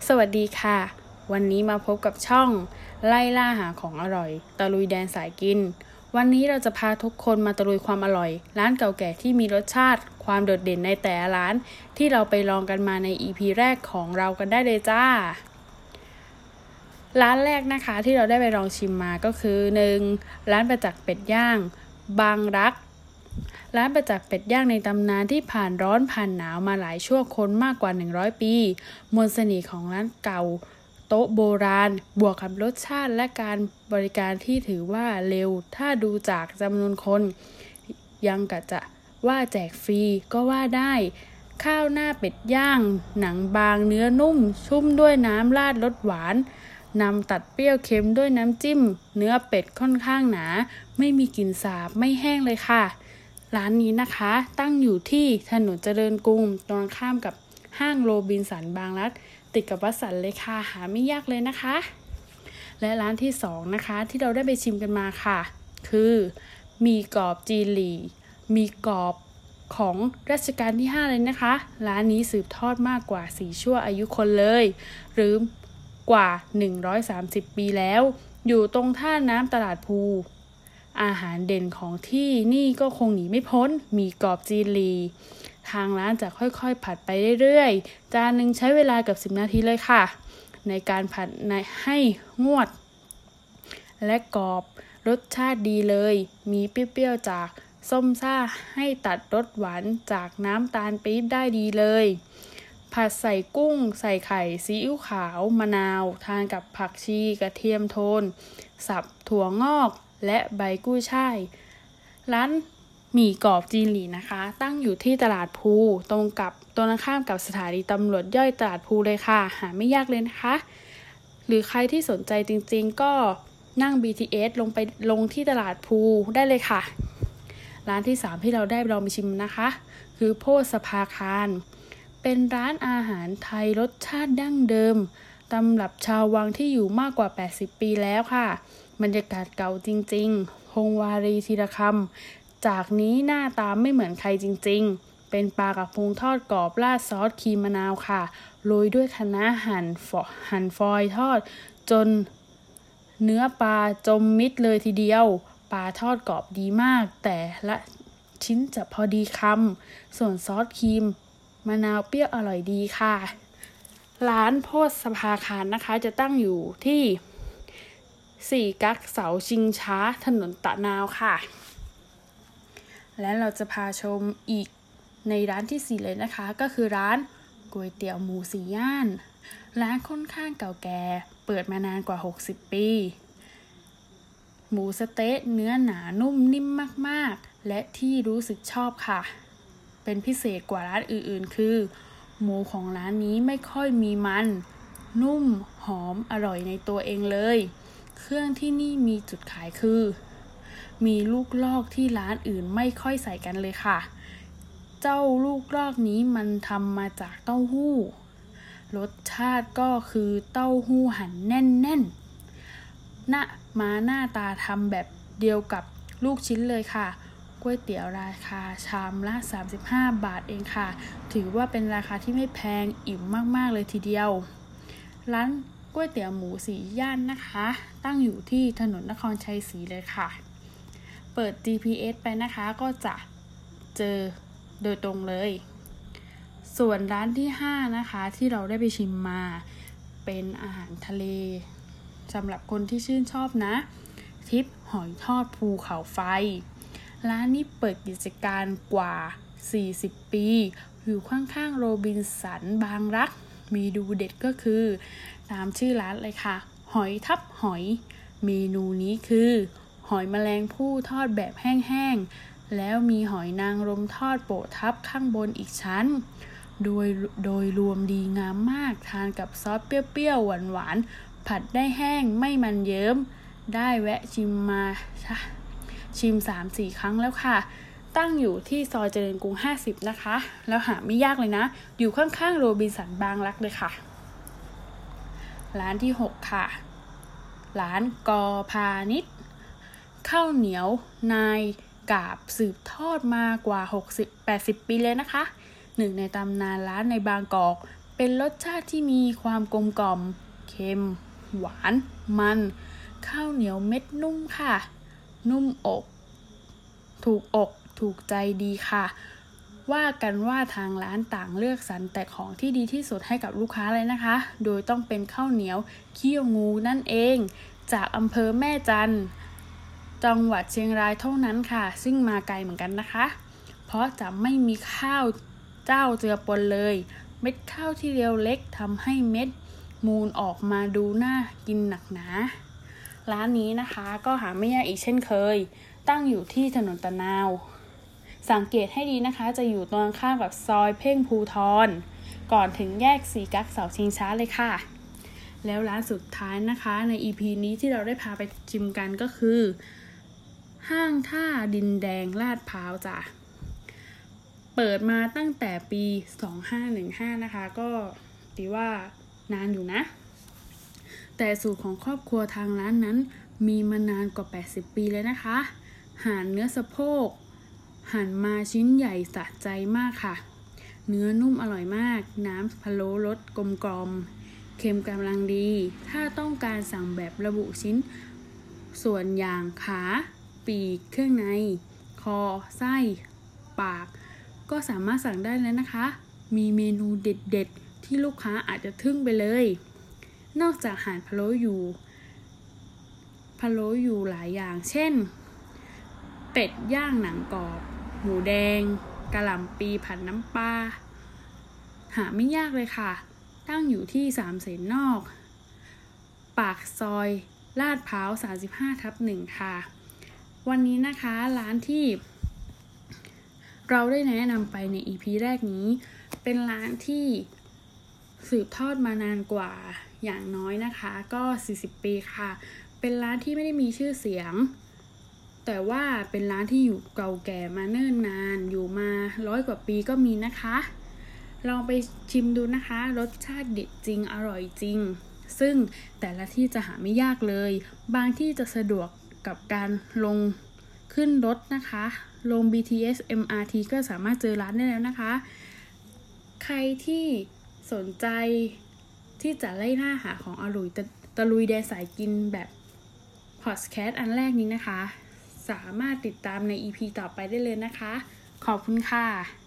สวัสดีค่ะวันนี้มาพบกับช่องไล่ล่าหาของอร่อยตะลุยแดนสายกินวันนี้เราจะพาทุกคนมาตะลุยความอร่อยร้านเก่าแก่ที่มีรสชาติความโดดเด่นในแต่ละร้านที่เราไปลองกันมาใน EP แรกของเรากันได้เลยจ้าร้านแรกนะคะที่เราได้ไปลองชิมมาก็คือ 1. ร้านประจักษ์เป็ดย่างบางรักร้านประจักษ์เป็ดย่างในตำนานที่ผ่านร้อนผ่านหนาวมาหลายชั่วคนมากกว่า100ปีมนต์เสน่ห์ของร้านเก่าโต๊ะโบราณบวกกับรสชาติและการบริการที่ถือว่าเร็วถ้าดูจากจำนวนคนยังกะจะว่าแจกฟรีก็ว่าได้ข้าวหน้าเป็ดย่างหนังบางเนื้อนุ่มชุ่มด้วยน้ำราดรสหวานนำตัดเปรี้ยวเค็มด้วยน้ำจิ้มเนื้อเป็ดค่อนข้างหนาไม่มีกลิ่นสาบไม่แห้งเลยค่ะร้านนี้นะคะตั้งอยู่ที่ถนนเจริญกรุงตรงข้ามกับห้างโรบินสันบางรักติดกับวัดสันเลยค่ะหาไม่ยากเลยนะคะและร้านที่2นะคะที่เราได้ไปชิมกันมาค่ะคือมีกรอบจีนหลี่มีกรอบของรัชกาลที่5เลยนะคะร้านนี้สืบทอดมากกว่า4ชั่วอายุคนเลยหรือกว่า130ปีแล้วอยู่ตรงท่าน้ำตลาดภูอาหารเด่นของที่นี่ก็คงหนีไม่พ้นมีกรอบจีนหลี่ทางร้านจะค่อยๆผัดไปเรื่อยๆจานนึงใช้เวลากับ10นาทีเลยค่ะในการผัดให้งวดและกรอบรสชาติดีเลยมีเปรี้ยวๆจากส้มซ่าให้ตัดรสหวานจากน้ำตาลปี๊บได้ดีเลยผัดใส่กุ้งใส่ไข่ซีอิ๊วขาวมะนาวทานกับผักชีกระเทียมโทนสับถั่วงอกและใบกุ้ยช่ายร้านหมี่กรอบจีนหลี่นะคะตั้งอยู่ที่ตลาดภูตรงข้ามกับสถานีตำรวจย่อยตลาดภูเลยค่ะหาไม่ยากเลยนะคะหรือใครที่สนใจจริงๆก็นั่ง BTS ลงที่ตลาดภูได้เลยค่ะร้านที่3ที่เราได้ลองไปชิมนะคะคือโพธสภาคารเป็นร้านอาหารไทยรสชาติดั้งเดิมตำรับชาววังที่อยู่มากกว่า80ปีแล้วค่ะบรรยากาศเก่าจริงๆพงวารีธีรคำจากนี้หน้าตาไม่เหมือนใครจริงๆเป็นปลากระพงทอดกรอบราดซอสครีมมะนาวค่ะโรยด้วยคะน้าหั่นฟอยล์ทอดจนเนื้อปลาจมมิดเลยทีเดียวปลาทอดกรอบดีมากแต่ละชิ้นจะพอดีคำส่วนซอสครีมมะนาวเปรี้ยวอร่อยดีค่ะร้านโพธสภาคารนะคะจะตั้งอยู่ที่4กั๊กเสาชิงช้าถนนตะนาวค่ะและเราจะพาชมอีกในร้านที่4เลยนะคะก็คือร้านก๋วยเตี๋ยวหมูสีย่านร้านค่อนข้างเก่าแก่เปิดมานานกว่า60ปีหมูสะเต๊ะเนื้อหนานุ่มนิ่มมากๆและที่รู้สึกชอบค่ะเป็นพิเศษกว่าร้านอื่นๆคือหมูของร้านนี้ไม่ค่อยมีมันนุ่มหอมอร่อยในตัวเองเลยเครื่องที่นี่มีจุดขายคือมีลูกลอกที่ร้านอื่นไม่ค่อยใส่กันเลยค่ะเจ้าลูกลอกนี้มันทำมาจากเต้าหู้รสชาติก็คือเต้าหู้หั่นแน่นๆหน้าตาทำแบบเดียวกับลูกชิ้นเลยค่ะก๋วยเตี๋ยวราคาชามละ35 บาทเองค่ะถือว่าเป็นราคาที่ไม่แพงอิ่มมากๆเลยทีเดียวร้านก๋วยเตี๋ยวหมูสีย่านนะคะตั้งอยู่ที่ถนนนครชัยศรีเลยค่ะเปิด GPS ไปนะคะก็จะเจอโดยตรงเลยส่วนร้านที่5นะคะที่เราได้ไปชิมมาเป็นอาหารทะเลสำหรับคนที่ชื่นชอบนะทิปหอยทอดภูเขาไฟร้านนี้เปิดกิจการกว่า40ปีอยู่ข้างๆโรบินสันบางรักมีดูเด็ดก็คือตามชื่อร้านเลยค่ะหอยทับหอยเมนูนี้คือหอยแมลงภู่ทอดแบบแห้งๆแล้วมีหอยนางรมทอดโปะทับข้างบนอีกชั้นโดยรวมดีงามมากทานกับซอสเปรี้ยวๆหวานๆผัดได้แห้งไม่มันเยิ้มได้แวะชิม 3-4 ครั้งแล้วค่ะตั้งอยู่ที่ซอยเจริญกรุง50นะคะแล้วหาไม่ยากเลยนะอยู่ข้างๆโรบินสันบางรักเลยค่ะร้านที่6ค่ะร้านกอพาณิชย์ข้าวเหนียวนายกาบสืบทอดมากว่า80ปีเลยนะคะหนึ่งในตำนานร้านในบางกอกเป็นรสชาติที่มีความกลมกล่อมเค็มหวานมันข้าวเหนียวเม็ดนุ่มค่ะนุ่มอกถูกอกถูกใจดีค่ะว่ากันว่าทางร้านต่างเลือกสรรแต่ของที่ดีที่สุดให้กับลูกค้าเลยนะคะโดยต้องเป็นข้าวเหนียวเขี้ยวงูนั่นเองจากอำเภอแม่จันทร์จังหวัดเชียงรายเท่านั้นค่ะซึ่งมาไกลเหมือนกันนะคะเพราะจะไม่มีข้าวเจ้าเจือปนเลยเม็ดข้าวที่เรียวเล็กทำให้เม็ดมูลออกมาดูน่ากินหนักหนาร้านนี้นะคะก็หาไม่ยากอีกเช่นเคยตั้งอยู่ที่ถนนตะนาวสังเกตให้ดีนะคะจะอยู่ตรงข้ามกับซอยเพ่งภูทรก่อนถึงแยกสีกั๊กเสาชิงช้าเลยค่ะแล้วร้านสุดท้ายนะคะใน EP นี้ที่เราได้พาไปชิมกันก็คือห้างท่าดินแดงลาดพร้าวจ้ะเปิดมาตั้งแต่ปี2515นะคะก็ถือว่านานอยู่นะแต่สูตรของครอบครัวทางร้านนั้นมีมานานกว่า80ปีเลยนะคะหั่นเนื้อสะโพกหั่นมาชิ้นใหญ่สะใจมากค่ะเนื้อนุ่มอร่อยมากน้ำพะโล้รสกลมกล่อมเค็มกำลังดีถ้าต้องการสั่งแบบระบุชิ้นส่วนอย่างขาปีกเครื่องในคอไส้ปากก็สามารถสั่งได้แล้วนะคะมีเมนูเด็ดๆที่ลูกค้าอาจจะทึ่งไปเลยนอกจากอาหารพะโล้อยู่หลายอย่างเช่นเป็ดย่างหนังกรอบหมูแดงกะหล่ำปีผัดน้ำปลาหาไม่ยากเลยค่ะตั้งอยู่ที่3 เสนนอกปากซอยลาดพร้าว 35/1 ค่ะวันนี้นะคะร้านที่เราได้แนะนำไปใน EP แรกนี้เป็นร้านที่สืบทอดมานานกว่าอย่างน้อยนะคะก็40 ปีค่ะเป็นร้านที่ไม่ได้มีชื่อเสียงแต่ว่าเป็นร้านที่อยู่เก่าแก่มาเนิ่นนานอยู่มา100 กว่าปีก็มีนะคะลองไปชิมดูนะคะรสชาติเด็ดจริงอร่อยจริงซึ่งแต่ละที่จะหาไม่ยากเลยบางที่จะสะดวกกับการลงขึ้นรถนะคะลง BTS MRT ก็สามารถเจอร้านได้แล้วนะคะใครที่สนใจที่จะไล่ล่าหาของอร่อยตะลุยแดนสายกินแบบพอดแคสต์อันแรกนี้นะคะสามารถติดตามใน EP ต่อไปได้เลยนะคะขอบคุณค่ะ